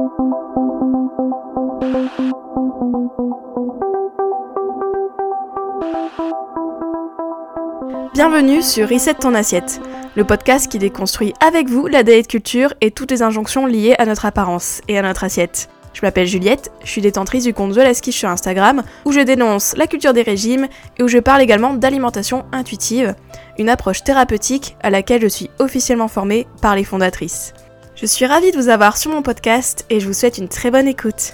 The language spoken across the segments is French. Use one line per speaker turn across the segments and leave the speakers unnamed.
Bienvenue sur Reset ton assiette, le podcast qui déconstruit avec vous la diet culture et toutes les injonctions liées à notre apparence et à notre assiette. Je m'appelle Juliette, je suis détentrice du compte The Last Quiche sur Instagram, où je dénonce la culture des régimes et où je parle également d'alimentation intuitive, une approche thérapeutique à laquelle je suis officiellement formée par les fondatrices. Je suis ravie de vous avoir sur mon podcast et je vous souhaite une très bonne écoute.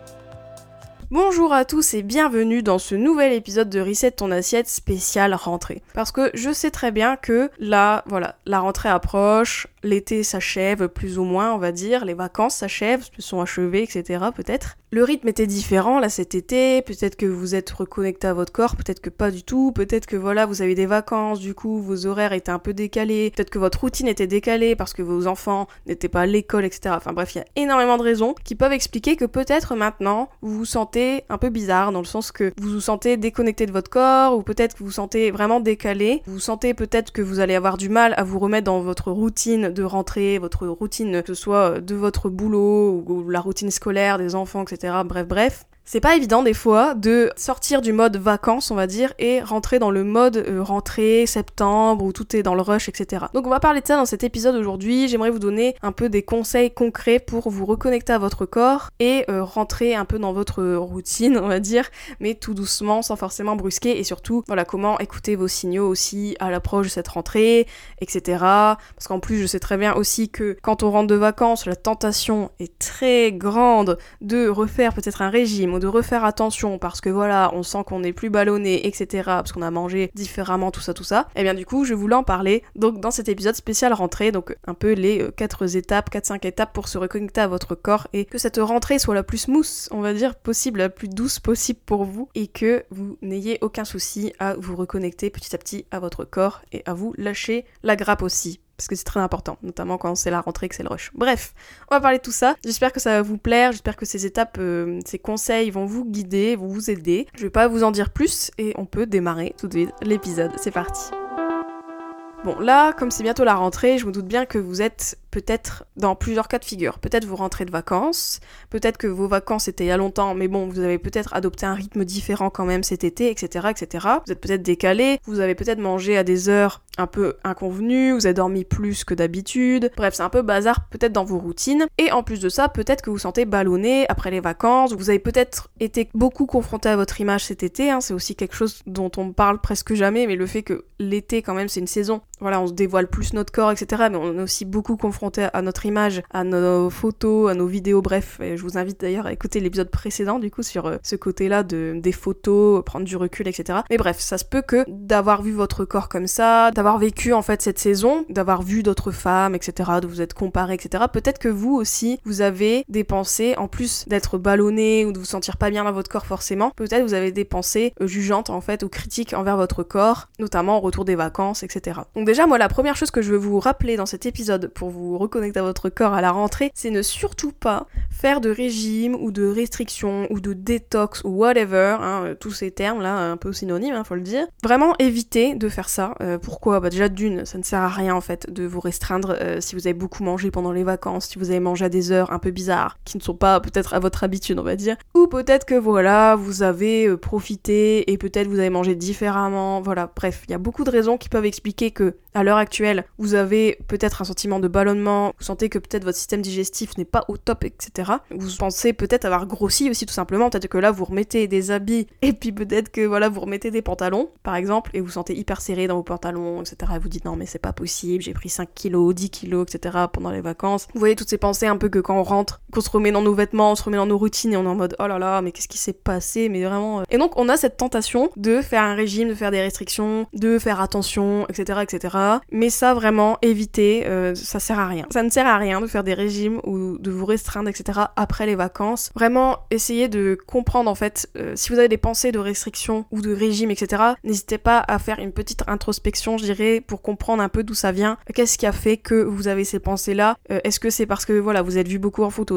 Bonjour à tous et bienvenue dans ce nouvel épisode de Reset ton assiette spécial rentrée. Parce que je sais très bien que là, voilà, la rentrée approche, l'été s'achève plus ou moins, on va dire, les vacances s'achèvent, se sont achevées, etc. peut-être. Le rythme était différent là cet été, peut-être que vous êtes reconnecté à votre corps, peut-être que pas du tout, peut-être que voilà, vous avez des vacances, du coup vos horaires étaient un peu décalés, peut-être que votre routine était décalée parce que vos enfants n'étaient pas à l'école, etc. Enfin bref, il y a énormément de raisons qui peuvent expliquer que peut-être maintenant vous vous sentez un peu bizarre, dans le sens que vous vous sentez déconnecté de votre corps, ou peut-être que vous vous sentez vraiment décalé, vous sentez peut-être que vous allez avoir du mal à vous remettre dans votre routine de rentrée, votre routine, que ce soit de votre boulot, ou la routine scolaire des enfants, etc. Bref. C'est pas évident des fois de sortir du mode vacances, on va dire, et rentrer dans le mode rentrée, septembre, où tout est dans le rush, etc. Donc on va parler de ça dans cet épisode aujourd'hui. J'aimerais vous donner un peu des conseils concrets pour vous reconnecter à votre corps et rentrer un peu dans votre routine, on va dire, mais tout doucement, sans forcément brusquer, et surtout, voilà, comment écouter vos signaux aussi à l'approche de cette rentrée, etc. Parce qu'en plus, je sais très bien aussi que quand on rentre de vacances, la tentation est très grande de refaire peut-être un régime, ou de refaire attention parce que voilà, on sent qu'on est plus ballonné, etc. parce qu'on a mangé différemment, tout ça. Et bien du coup, je voulais en parler donc dans cet épisode spécial rentrée, donc un peu les 4-5 étapes pour se reconnecter à votre corps et que cette rentrée soit la plus smooth, on va dire, possible, la plus douce possible pour vous et que vous n'ayez aucun souci à vous reconnecter petit à petit à votre corps et à vous lâcher la grappe aussi. Parce que c'est très important, notamment quand c'est la rentrée, que c'est le rush. Bref, on va parler de tout ça. J'espère que ça va vous plaire, j'espère que ces étapes, ces conseils vont vous guider, vont vous aider. Je vais pas vous en dire plus et on peut démarrer tout de suite l'épisode. C'est parti. Bon, là, comme c'est bientôt la rentrée, je me doute bien que vous êtes peut-être dans plusieurs cas de figure. Peut-être vous rentrez de vacances, peut-être que vos vacances étaient il y a longtemps, mais bon, vous avez peut-être adopté un rythme différent quand même cet été, etc., etc. Vous êtes peut-être décalé, vous avez peut-être mangé à des heures un peu inconvenues, vous avez dormi plus que d'habitude. Bref, c'est un peu bazar peut-être dans vos routines. Et en plus de ça, peut-être que vous sentez ballonné après les vacances, vous avez peut-être été beaucoup confronté à votre image cet été, c'est aussi quelque chose dont on parle presque jamais, mais le fait que l'été quand même c'est une saison, voilà, on se dévoile plus notre corps, etc., mais on est aussi beaucoup confronté à notre image, à nos photos, à nos vidéos, bref. Et je vous invite d'ailleurs à écouter l'épisode précédent, du coup, sur ce côté-là des photos, prendre du recul, etc. Mais bref, ça se peut que d'avoir vu votre corps comme ça, d'avoir vécu en fait cette saison, d'avoir vu d'autres femmes, etc., de vous être comparé, etc., peut-être que vous aussi, vous avez des pensées, en plus d'être ballonné ou de vous sentir pas bien dans votre corps forcément, peut-être vous avez des pensées jugeantes en fait, ou critiques envers votre corps, notamment au retour des vacances, etc. Donc déjà, moi, la première chose que je veux vous rappeler dans cet épisode pour vous reconnecter à votre corps à la rentrée, c'est ne surtout pas faire de régime ou de restriction ou de détox ou whatever, tous ces termes là un peu synonymes, faut le dire. Vraiment éviter de faire ça. Pourquoi ? Déjà d'une, ça ne sert à rien en fait de vous restreindre si vous avez beaucoup mangé pendant les vacances, si vous avez mangé à des heures un peu bizarres, qui ne sont pas peut-être à votre habitude on va dire, ou peut-être que voilà, vous avez profité et peut-être vous avez mangé différemment, voilà, bref, il y a beaucoup de raisons qui peuvent expliquer que à l'heure actuelle, vous avez peut-être un sentiment de ballonnement, vous sentez que peut-être votre système digestif n'est pas au top, etc. Vous pensez peut-être avoir grossi aussi tout simplement, peut-être que là vous remettez des habits et puis peut-être que voilà vous remettez des pantalons par exemple et vous sentez hyper serré dans vos pantalons, etc. Et vous dites non mais c'est pas possible, j'ai pris 5 kilos, 10 kilos, etc. pendant les vacances. Vous voyez toutes ces pensées un peu que quand on rentre, qu'on se remet dans nos vêtements, on se remet dans nos routines et on est en mode oh là là mais qu'est-ce qui s'est passé, mais vraiment... Et donc on a cette tentation de faire un régime, de faire des restrictions, de faire attention, etc. etc. Mais ça vraiment éviter, ça sert à rien. Ça ne sert à rien de faire des régimes ou de vous restreindre, etc. après les vacances. Vraiment essayez de comprendre en fait, si vous avez des pensées de restriction ou de régime, etc. N'hésitez pas à faire une petite introspection, je dirais, pour comprendre un peu d'où ça vient. Qu'est-ce qui a fait que vous avez ces pensées-là ? Est-ce que c'est parce que voilà, vous êtes vu beaucoup en photo ?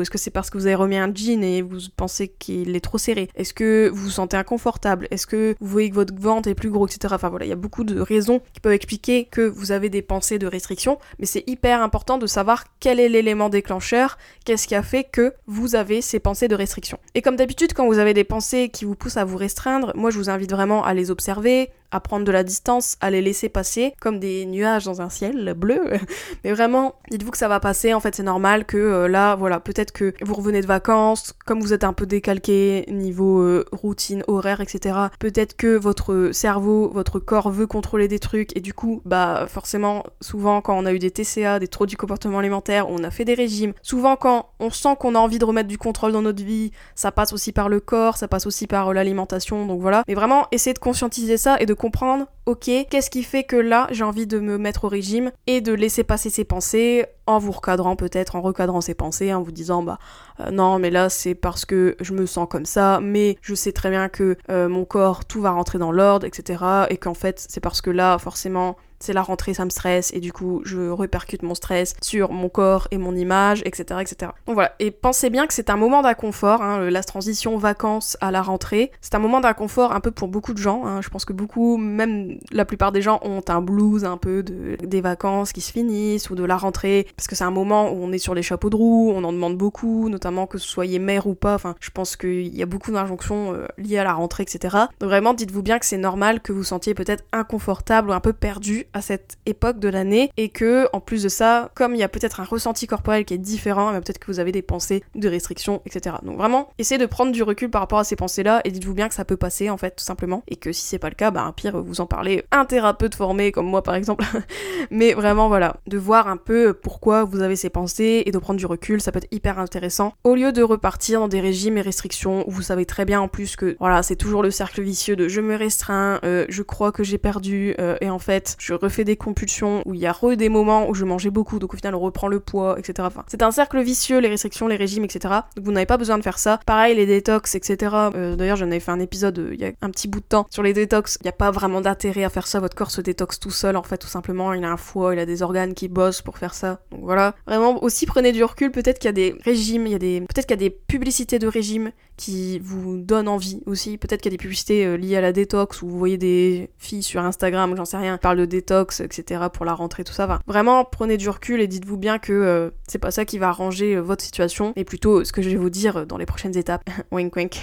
Est-ce que c'est parce que vous avez remis un jean et vous pensez qu'il est trop serré? Est-ce que vous vous sentez inconfortable? Est-ce que vous voyez que votre ventre est plus gros, etc. Enfin voilà, il y a beaucoup de raisons qui peuvent expliquer que vous avez des pensées de restriction, mais c'est hyper important de savoir quel est l'élément déclencheur, qu'est-ce qui a fait que vous avez ces pensées de restriction. Et comme d'habitude, quand vous avez des pensées qui vous poussent à vous restreindre, moi je vous invite vraiment à les observer, à prendre de la distance, à les laisser passer comme des nuages dans un ciel bleu. Mais vraiment, dites-vous que ça va passer, en fait c'est normal que là, voilà, peut-être que vous revenez de vacances, comme vous êtes un peu décalqué niveau routine, horaire, etc. Peut-être que votre cerveau, votre corps veut contrôler des trucs et du coup, bah forcément, souvent quand on a eu des TCA, des troubles du comportement alimentaire, on a fait des régimes, souvent quand on sent qu'on a envie de remettre du contrôle dans notre vie, ça passe aussi par le corps, ça passe aussi par l'alimentation, donc voilà. Mais vraiment, essayez de conscientiser ça et de comprendre, ok, qu'est-ce qui fait que là, j'ai envie de me mettre au régime et de laisser passer ces pensées en vous recadrant peut-être, en recadrant ces pensées, en vous disant, non, mais là, c'est parce que je me sens comme ça, mais je sais très bien que mon corps, tout va rentrer dans l'ordre, etc. Et qu'en fait, c'est parce que là, forcément, c'est la rentrée, ça me stresse, et du coup, je répercute mon stress sur mon corps et mon image, etc., etc. Donc voilà, et pensez bien que c'est un moment d'inconfort, hein, la transition vacances à la rentrée, c'est un moment d'inconfort un peu pour beaucoup de gens, hein. Je pense que beaucoup, même la plupart des gens ont un blues un peu des vacances qui se finissent, ou de la rentrée, parce que c'est un moment où on est sur les chapeaux de roue, on en demande beaucoup, notamment que vous soyez mère ou pas, enfin, je pense qu'il y a beaucoup d'injonctions liées à la rentrée, etc. Donc vraiment, dites-vous bien que c'est normal que vous sentiez peut-être inconfortable ou un peu perdu à cette époque de l'année et que en plus de ça, comme il y a peut-être un ressenti corporel qui est différent, mais peut-être que vous avez des pensées de restriction, etc. Donc vraiment, essayez de prendre du recul par rapport à ces pensées-là et dites-vous bien que ça peut passer en fait, tout simplement, et que si c'est pas le cas, pire, vous en parlez à un thérapeute formé comme moi par exemple. Mais vraiment voilà, de voir un peu pourquoi vous avez ces pensées et de prendre du recul, ça peut être hyper intéressant. Au lieu de repartir dans des régimes et restrictions où vous savez très bien en plus que voilà, c'est toujours le cercle vicieux de je me restreins, je crois que j'ai perdu et en fait je refais des compulsions, où il y a des moments où je mangeais beaucoup, donc au final on reprend le poids, etc. Enfin, c'est un cercle vicieux, les restrictions, les régimes, etc. Donc vous n'avez pas besoin de faire ça. Pareil, les détox, etc. D'ailleurs, j'en avais fait un épisode il y a un petit bout de temps sur les détox. Il n'y a pas vraiment d'intérêt à faire ça, votre corps se détoxe tout seul, en fait, tout simplement. Il a un foie, il a des organes qui bossent pour faire ça. Donc voilà. Vraiment, aussi prenez du recul, peut-être qu'il y a des régimes, peut-être qu'il y a des publicités de régimes qui vous donnent envie aussi. Peut-être qu'il y a des publicités liées à la détox, où vous voyez des filles sur Instagram, j'en sais rien, qui parlent de détox, etc. pour la rentrée, tout ça. Enfin, vraiment, prenez du recul et dites-vous bien que c'est pas ça qui va arranger votre situation, mais plutôt ce que je vais vous dire dans les prochaines étapes. Wink wink.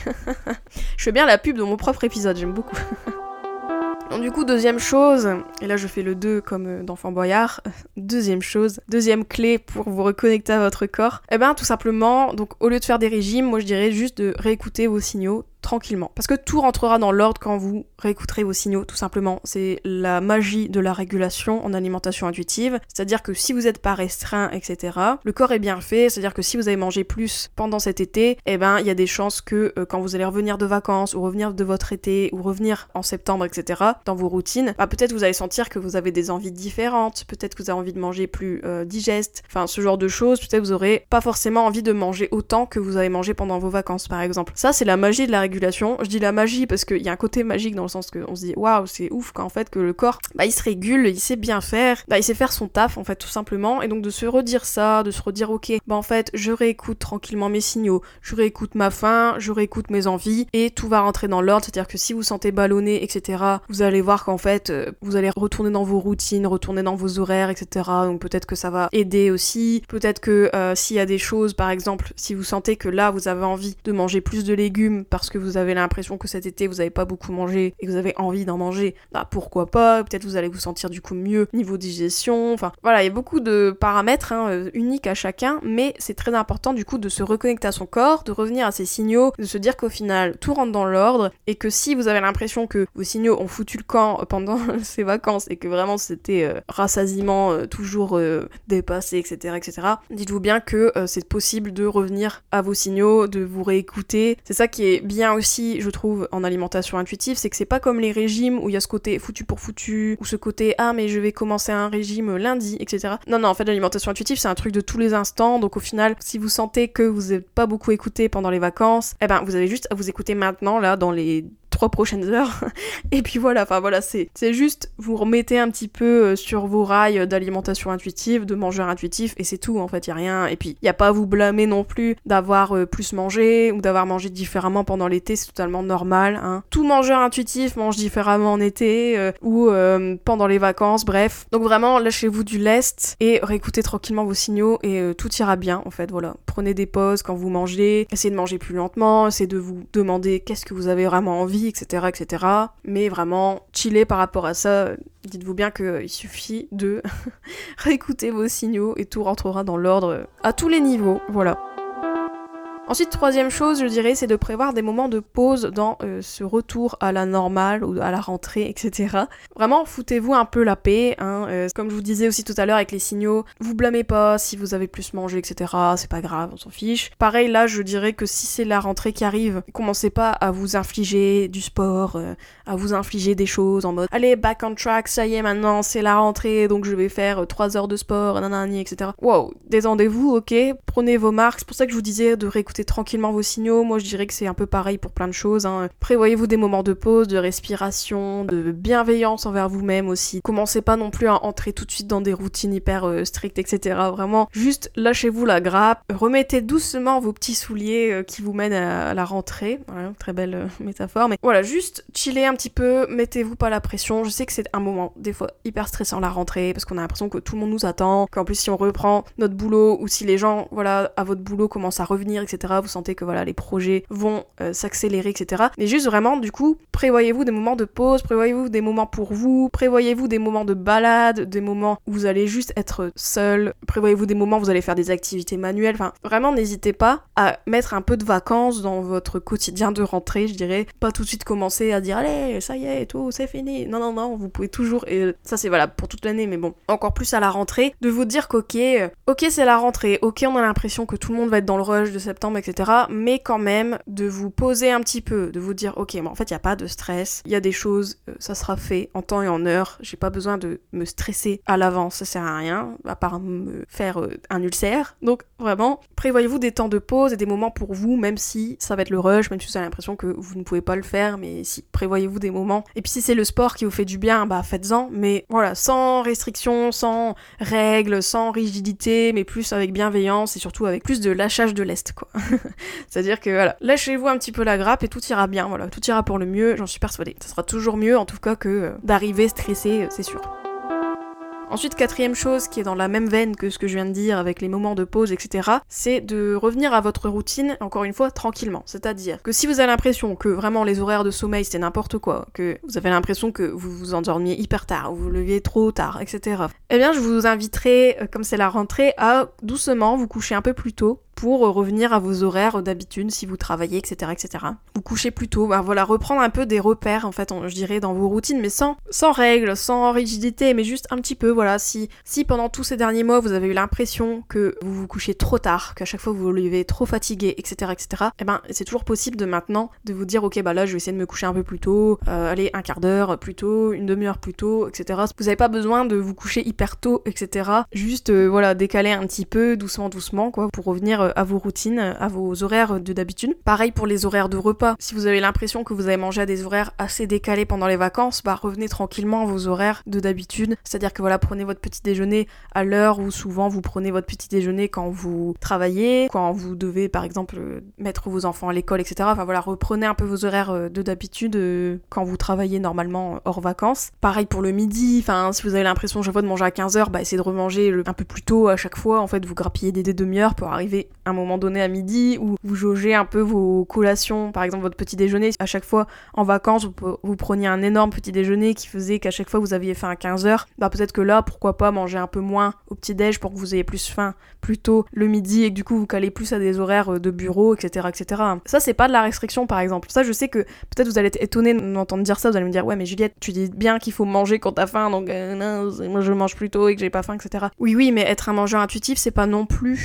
Je fais bien la pub dans mon propre épisode, j'aime beaucoup. Donc du coup, deuxième chose, et là je fais le 2 comme d'enfant boyard, deuxième clé pour vous reconnecter à votre corps, tout simplement, donc au lieu de faire des régimes, moi je dirais juste de réécouter vos signaux tranquillement. Parce que tout rentrera dans l'ordre quand vous réécouterez vos signaux, tout simplement. C'est la magie de la régulation en alimentation intuitive. C'est-à-dire que si vous n'êtes pas restreint, etc., le corps est bien fait. C'est-à-dire que si vous avez mangé plus pendant cet été, il y a des chances que quand vous allez revenir de vacances ou revenir de votre été ou revenir en septembre, etc., dans vos routines, peut-être vous allez sentir que vous avez des envies différentes. Peut-être que vous avez envie de manger plus digeste. Enfin, ce genre de choses. Peut-être que vous aurez pas forcément envie de manger autant que vous avez mangé pendant vos vacances, par exemple. Ça, c'est la magie de la régulation. Je dis la magie parce qu'il y a un côté magique dans le sens qu'on se dit waouh, c'est ouf qu'en fait que le corps il se régule, il sait bien faire, il sait faire son taf en fait tout simplement, et donc de se redire ça, de se redire ok, en fait je réécoute tranquillement mes signaux, je réécoute ma faim, je réécoute mes envies et tout va rentrer dans l'ordre. C'est-à-dire que si vous sentez ballonné, etc., vous allez voir qu'en fait vous allez retourner dans vos routines, retourner dans vos horaires, etc. Donc peut-être que ça va aider aussi, peut-être que s'il y a des choses, par exemple si vous sentez que là vous avez envie de manger plus de légumes parce que vous avez l'impression que cet été vous avez pas beaucoup mangé et que vous avez envie d'en manger, pourquoi pas, peut-être vous allez vous sentir du coup mieux niveau digestion, enfin voilà, il y a beaucoup de paramètres uniques à chacun, mais c'est très important du coup de se reconnecter à son corps, de revenir à ses signaux, de se dire qu'au final tout rentre dans l'ordre et que si vous avez l'impression que vos signaux ont foutu le camp pendant ces vacances et que vraiment c'était rassasiement toujours dépassé, etc., dites-vous bien que c'est possible de revenir à vos signaux, de vous réécouter. C'est ça qui est bien aussi, je trouve, en alimentation intuitive, c'est que c'est pas comme les régimes où il y a ce côté foutu pour foutu, ou ce côté mais je vais commencer un régime lundi, etc. Non, en fait l'alimentation intuitive c'est un truc de tous les instants, donc au final si vous sentez que vous n'êtes pas beaucoup écouté pendant les vacances, vous avez juste à vous écouter maintenant là dans les 3 prochaines heures. Et puis voilà, c'est juste vous remettez un petit peu sur vos rails d'alimentation intuitive, de mangeur intuitif, et c'est tout en fait, y a rien. Et puis y a pas à vous blâmer non plus d'avoir plus mangé ou d'avoir mangé différemment pendant l'été, c'est totalement normal, hein. Tout mangeur intuitif mange différemment en été ou pendant les vacances, bref. Donc vraiment, lâchez-vous du lest et réécoutez tranquillement vos signaux et tout ira bien en fait, voilà. Prenez des pauses quand vous mangez, essayez de manger plus lentement, essayez de vous demander qu'est-ce que vous avez vraiment envie, etc. etc. Mais vraiment, chillez par rapport à ça. Dites-vous bien qu'il suffit de réécouter vos signaux et tout rentrera dans l'ordre à tous les niveaux, voilà. Ensuite, troisième chose, je dirais, c'est de prévoir des moments de pause dans ce retour à la normale ou à la rentrée, etc. Vraiment, foutez-vous un peu la paix, hein. Comme je vous disais aussi tout à l'heure avec les signaux, vous blâmez pas si vous avez plus mangé, etc. C'est pas grave, on s'en fiche. Pareil, là, je dirais que si c'est la rentrée qui arrive, commencez pas à vous infliger du sport, à vous infliger des choses en mode « Allez, back on track, ça y est, maintenant, c'est la rentrée, donc je vais faire 3 heures de sport, nanani, etc. » Wow, détendez-vous, ok, prenez vos marques. C'est pour ça que je vous disais de réécouter tranquillement vos signaux. Moi je dirais que c'est un peu pareil pour plein de choses, hein. Prévoyez-vous des moments de pause, de respiration, de bienveillance envers vous-même aussi. Commencez pas non plus à entrer tout de suite dans des routines hyper strictes, etc. Vraiment, juste lâchez-vous la grappe, remettez doucement vos petits souliers qui vous mènent à la rentrée. Voilà, très belle métaphore, mais voilà, juste chillez un petit peu, mettez-vous pas la pression. Je sais que c'est un moment des fois hyper stressant la rentrée parce qu'on a l'impression que tout le monde nous attend, qu'en plus si on reprend notre boulot ou si les gens, voilà, à votre boulot commencent à revenir, etc. Vous sentez que voilà, les projets vont s'accélérer, etc. Mais juste vraiment, du coup, prévoyez-vous des moments de pause, prévoyez-vous des moments pour vous, prévoyez-vous des moments de balade, des moments où vous allez juste être seul, prévoyez-vous des moments où vous allez faire des activités manuelles. Enfin, vraiment, n'hésitez pas à mettre un peu de vacances dans votre quotidien de rentrée, je dirais. Pas tout de suite commencer à dire, allez, ça y est, et tout, c'est fini. Non, non, non, vous pouvez toujours, et ça c'est valable pour toute l'année, mais bon, encore plus à la rentrée, de vous dire qu'ok, c'est la rentrée, ok, on a l'impression que tout le monde va être dans le rush de septembre, etc. Mais quand même, de vous poser un petit peu, de vous dire, ok, bon, en fait, il n'y a pas de stress, il y a des choses, ça sera fait en temps et en heure, j'ai pas besoin de me stresser à l'avance, ça sert à rien, à part me faire un ulcère. Donc, vraiment, prévoyez-vous des temps de pause et des moments pour vous, même si ça va être le rush, même si vous avez l'impression que vous ne pouvez pas le faire, mais si, prévoyez-vous des moments. Et puis si c'est le sport qui vous fait du bien, bah faites-en, mais voilà, sans restriction, sans règles, sans rigidité, mais plus avec bienveillance et surtout avec plus de lâchage de lest, quoi. C'est-à-dire que voilà, lâchez-vous un petit peu la grappe et tout ira bien, voilà, tout ira pour le mieux, j'en suis persuadée. Ça sera toujours mieux en tout cas que d'arriver stressé, c'est sûr. Ensuite, quatrième chose qui est dans la même veine que ce que je viens de dire avec les moments de pause, etc., c'est de revenir à votre routine, encore une fois, tranquillement. C'est-à-dire que si vous avez l'impression que vraiment les horaires de sommeil c'est n'importe quoi, que vous avez l'impression que vous vous endormiez hyper tard, ou vous vous leviez trop tard, etc., eh bien je vous inviterai, comme c'est la rentrée, à doucement vous coucher un peu plus tôt, pour revenir à vos horaires d'habitude si vous travaillez, etc., etc. Vous couchez plus tôt, bah voilà, reprendre un peu des repères, en fait, je dirais, dans vos routines, mais sans règles, sans rigidité, mais juste un petit peu, voilà, si pendant tous ces derniers mois, vous avez eu l'impression que vous vous couchiez trop tard, qu'à chaque fois vous vous levez trop fatigué, etc., etc., eh ben, c'est toujours possible de maintenant, de vous dire, ok, bah là, je vais essayer de me coucher un peu plus tôt, allez, un quart d'heure plus tôt, une demi-heure plus tôt, etc. Vous n'avez pas besoin de vous coucher hyper tôt, etc. Juste, voilà, décaler un petit peu, doucement, quoi, pour revenir à vos routines, à vos horaires de d'habitude. Pareil pour les horaires de repas. Si vous avez l'impression que vous avez mangé à des horaires assez décalés pendant les vacances, bah revenez tranquillement à vos horaires de d'habitude. C'est-à-dire que voilà, prenez votre petit déjeuner à l'heure où souvent vous prenez votre petit déjeuner quand vous travaillez, quand vous devez par exemple mettre vos enfants à l'école, etc. Enfin voilà, reprenez un peu vos horaires de d'habitude quand vous travaillez normalement hors vacances. Pareil pour le midi, enfin si vous avez l'impression chaque fois de manger à 15h, bah essayez de remanger un peu plus tôt à chaque fois. En fait, vous grappillez des demi-heures pour arriver à un moment donné à midi, ou vous jaugez un peu vos collations, par exemple votre petit déjeuner. À chaque fois en vacances, vous preniez un énorme petit déjeuner qui faisait qu'à chaque fois vous aviez faim à 15h, bah peut-être que là, pourquoi pas manger un peu moins au petit déj pour que vous ayez plus faim plus tôt le midi et que du coup vous calez plus à des horaires de bureau, etc., etc. Ça, c'est pas de la restriction, par exemple. Ça, je sais que peut-être vous allez être étonné d'entendre dire ça, vous allez me dire, ouais mais Juliette, tu dis bien qu'il faut manger quand t'as faim, donc non, moi je mange plus tôt et que j'ai pas faim, etc. Oui, mais être un mangeur intuitif, c'est pas non plus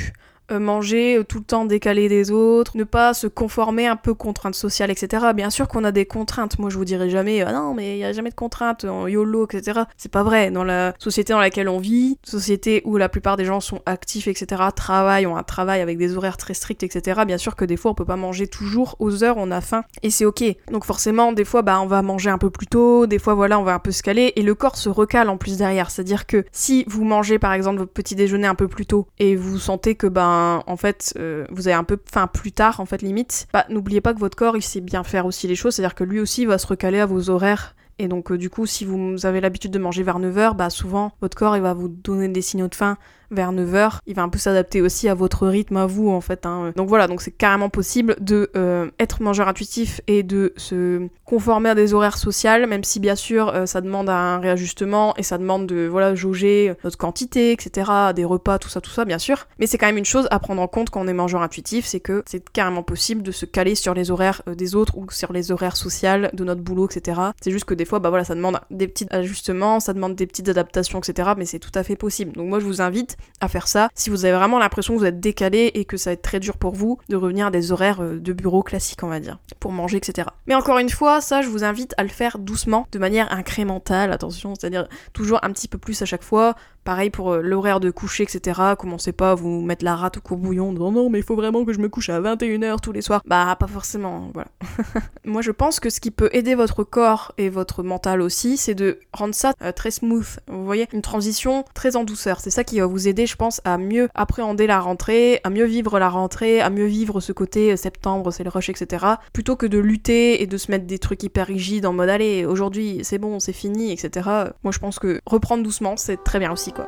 manger tout le temps décalé des autres, ne pas se conformer un peu aux contraintes sociales, etc. Bien sûr qu'on a des contraintes, moi je vous dirai jamais ah non mais il y a jamais de contraintes en YOLO, etc. C'est pas vrai, dans la société dans laquelle on vit, société où la plupart des gens sont actifs, etc., ont un travail avec des horaires très stricts, etc., bien sûr que des fois on peut pas manger toujours aux heures, on a faim, et c'est ok. Donc forcément, des fois on va manger un peu plus tôt, des fois on va un peu se caler, et le corps se recale en plus derrière, c'est-à-dire que si vous mangez par exemple votre petit déjeuner un peu plus tôt, et vous sentez que en fait vous avez un peu faim plus tard en fait limite, n'oubliez pas que votre corps il sait bien faire aussi les choses, c'est-à-dire que lui aussi va se recaler à vos horaires. Et donc du coup, si vous avez l'habitude de manger vers 9h, souvent votre corps il va vous donner des signaux de faim vers 9h, il va un peu s'adapter aussi à votre rythme, à vous en fait. Donc voilà, donc c'est carrément possible de être mangeur intuitif et de se conformer à des horaires sociaux, même si bien sûr ça demande un réajustement et ça demande de jauger notre quantité, etc., des repas, tout ça bien sûr. Mais c'est quand même une chose à prendre en compte quand on est mangeur intuitif, c'est que c'est carrément possible de se caler sur les horaires des autres ou sur les horaires sociaux de notre boulot, etc. C'est juste que des fois, ça demande des petits ajustements, ça demande des petites adaptations, etc. Mais c'est tout à fait possible. Donc moi je vous invite à faire ça si vous avez vraiment l'impression que vous êtes décalé et que ça va être très dur pour vous de revenir à des horaires de bureau classiques, on va dire, pour manger, etc. Mais encore une fois, ça, je vous invite à le faire doucement, de manière incrémentale, attention, c'est-à-dire toujours un petit peu plus à chaque fois. Pareil pour l'horaire de coucher, etc. Commencez pas à vous mettre la rate au courbouillon, non, mais il faut vraiment que je me couche à 21h tous les soirs. Pas forcément, voilà. Moi, je pense que ce qui peut aider votre corps et votre mental aussi, c'est de rendre ça très smooth. Vous voyez, une transition très en douceur. C'est ça qui va vous aider, je pense, à mieux appréhender la rentrée, à mieux vivre la rentrée, à mieux vivre ce côté septembre, c'est le rush, etc. Plutôt que de lutter et de se mettre des trucs hyper rigides en mode allez, aujourd'hui, c'est bon, c'est fini, etc. Moi, je pense que reprendre doucement, c'est très bien aussi, quoi.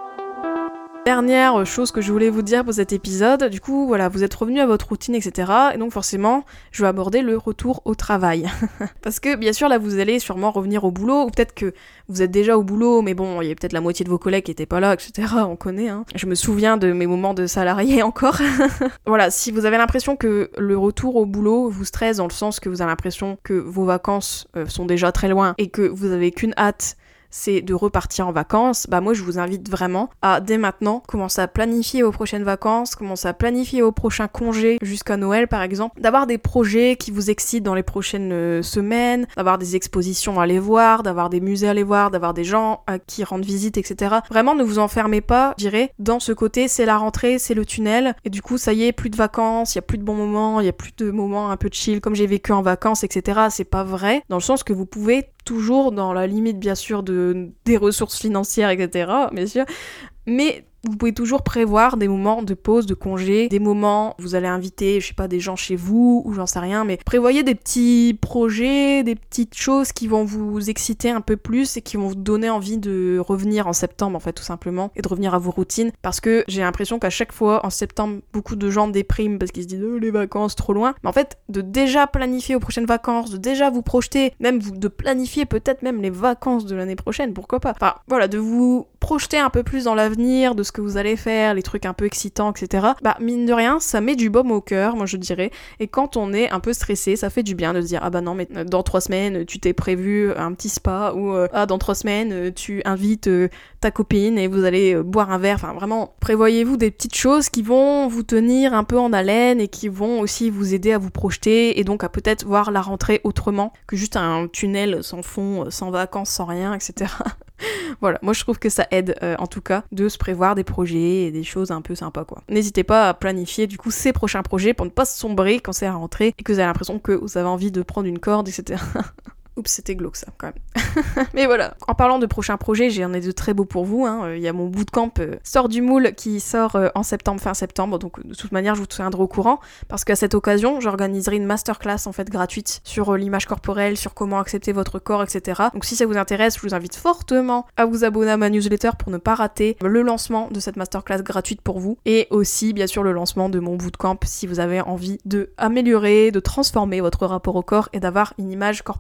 Dernière chose que je voulais vous dire pour cet épisode, du coup voilà, vous êtes revenu à votre routine, etc. Et donc forcément, je vais aborder le retour au travail. Parce que bien sûr là vous allez sûrement revenir au boulot, ou peut-être que vous êtes déjà au boulot, mais bon, il y a peut-être la moitié de vos collègues qui étaient pas là, etc. On connaît, hein. Je me souviens de mes moments de salarié encore. Voilà, si vous avez l'impression que le retour au boulot vous stresse dans le sens que vous avez l'impression que vos vacances sont déjà très loin et que vous avez qu'une hâte, c'est de repartir en vacances, moi je vous invite vraiment à dès maintenant commencer à planifier vos prochaines vacances, commencer à planifier vos prochains congés jusqu'à Noël par exemple, d'avoir des projets qui vous excitent dans les prochaines semaines, d'avoir des expositions à aller voir, d'avoir des musées à aller voir, d'avoir des gens à qui rendre visite, etc. Vraiment ne vous enfermez pas, je dirais, dans ce côté c'est la rentrée, c'est le tunnel, et du coup ça y est, plus de vacances, il y a plus de bons moments, il y a plus de moments un peu chill comme j'ai vécu en vacances, etc. C'est pas vrai, dans le sens que vous pouvez toujours dans la limite bien sûr des ressources financières, etc. bien sûr, mais vous pouvez toujours prévoir des moments de pause, de congé, des moments où vous allez inviter, je sais pas, des gens chez vous, ou j'en sais rien, mais prévoyez des petits projets, des petites choses qui vont vous exciter un peu plus et qui vont vous donner envie de revenir en septembre, en fait, tout simplement, et de revenir à vos routines, parce que j'ai l'impression qu'à chaque fois, en septembre, beaucoup de gens dépriment parce qu'ils se disent « les vacances, trop loin », mais en fait, de déjà planifier aux prochaines vacances, de déjà vous projeter, même de planifier peut-être même les vacances de l'année prochaine, pourquoi pas, enfin, voilà, de vous projeter un peu plus dans l'avenir, de ce que vous allez faire, les trucs un peu excitants, etc. Mine de rien, ça met du baume au cœur, moi je dirais, et quand on est un peu stressé, ça fait du bien de se dire, non, mais dans 3 semaines, tu t'es prévu un petit spa, ou dans 3 semaines, tu invites ta copine et vous allez boire un verre, enfin vraiment, prévoyez-vous des petites choses qui vont vous tenir un peu en haleine et qui vont aussi vous aider à vous projeter, et donc à peut-être voir la rentrée autrement que juste un tunnel sans fond, sans vacances, sans rien, etc. Voilà, moi je trouve que ça aide en tout cas de se prévoir des projets et des choses un peu sympas quoi. N'hésitez pas à planifier du coup ces prochains projets pour ne pas se sombrer quand c'est à rentrer et que vous avez l'impression que vous avez envie de prendre une corde, etc. Oups, c'était glauque ça, quand même. Mais voilà, en parlant de prochains projets, j'en ai de très beaux pour vous. Il y a mon bootcamp Sort du moule qui sort en septembre, fin septembre. Donc de toute manière, je vous tiendrai au courant. Parce qu'à cette occasion, j'organiserai une masterclass en fait gratuite sur l'image corporelle, sur comment accepter votre corps, etc. Donc si ça vous intéresse, je vous invite fortement à vous abonner à ma newsletter pour ne pas rater le lancement de cette masterclass gratuite pour vous. Et aussi, bien sûr, le lancement de mon bootcamp si vous avez envie de améliorer, de transformer votre rapport au corps et d'avoir une image corporelle plus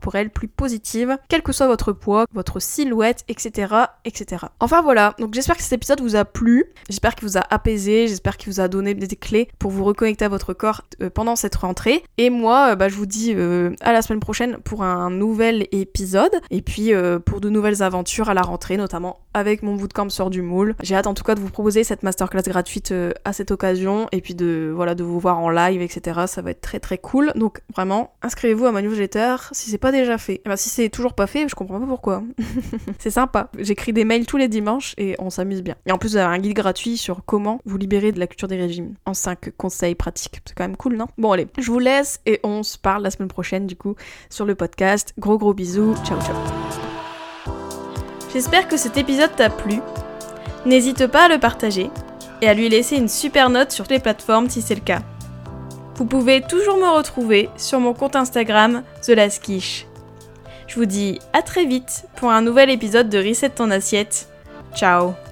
plus positive, quel que soit votre poids, votre silhouette, etc. etc. Enfin voilà, donc j'espère que cet épisode vous a plu, j'espère qu'il vous a apaisé, j'espère qu'il vous a donné des clés pour vous reconnecter à votre corps pendant cette rentrée. Et moi, je vous dis à la semaine prochaine pour un nouvel épisode, et puis pour de nouvelles aventures à la rentrée, notamment avec mon bootcamp Sors du moule. J'ai hâte en tout cas de vous proposer cette masterclass gratuite à cette occasion, et puis de vous voir en live, etc. Ça va être très très cool. Donc vraiment, inscrivez-vous à ma newsletter si c'est pas déjà fait. Et si c'est toujours pas fait, je comprends pas pourquoi. C'est sympa. J'écris des mails tous les dimanches et on s'amuse bien. Et en plus, vous avez un guide gratuit sur comment vous libérer de la culture des régimes en 5 conseils pratiques. C'est quand même cool, non? Bon allez, je vous laisse et on se parle la semaine prochaine du coup sur le podcast. Gros bisous, ciao ciao. J'espère que cet épisode t'a plu. N'hésite pas à le partager et à lui laisser une super note sur toutes les plateformes si c'est le cas. Vous pouvez toujours me retrouver sur mon compte Instagram TheLasquiche. Je vous dis à très vite pour un nouvel épisode de Reset ton assiette. Ciao.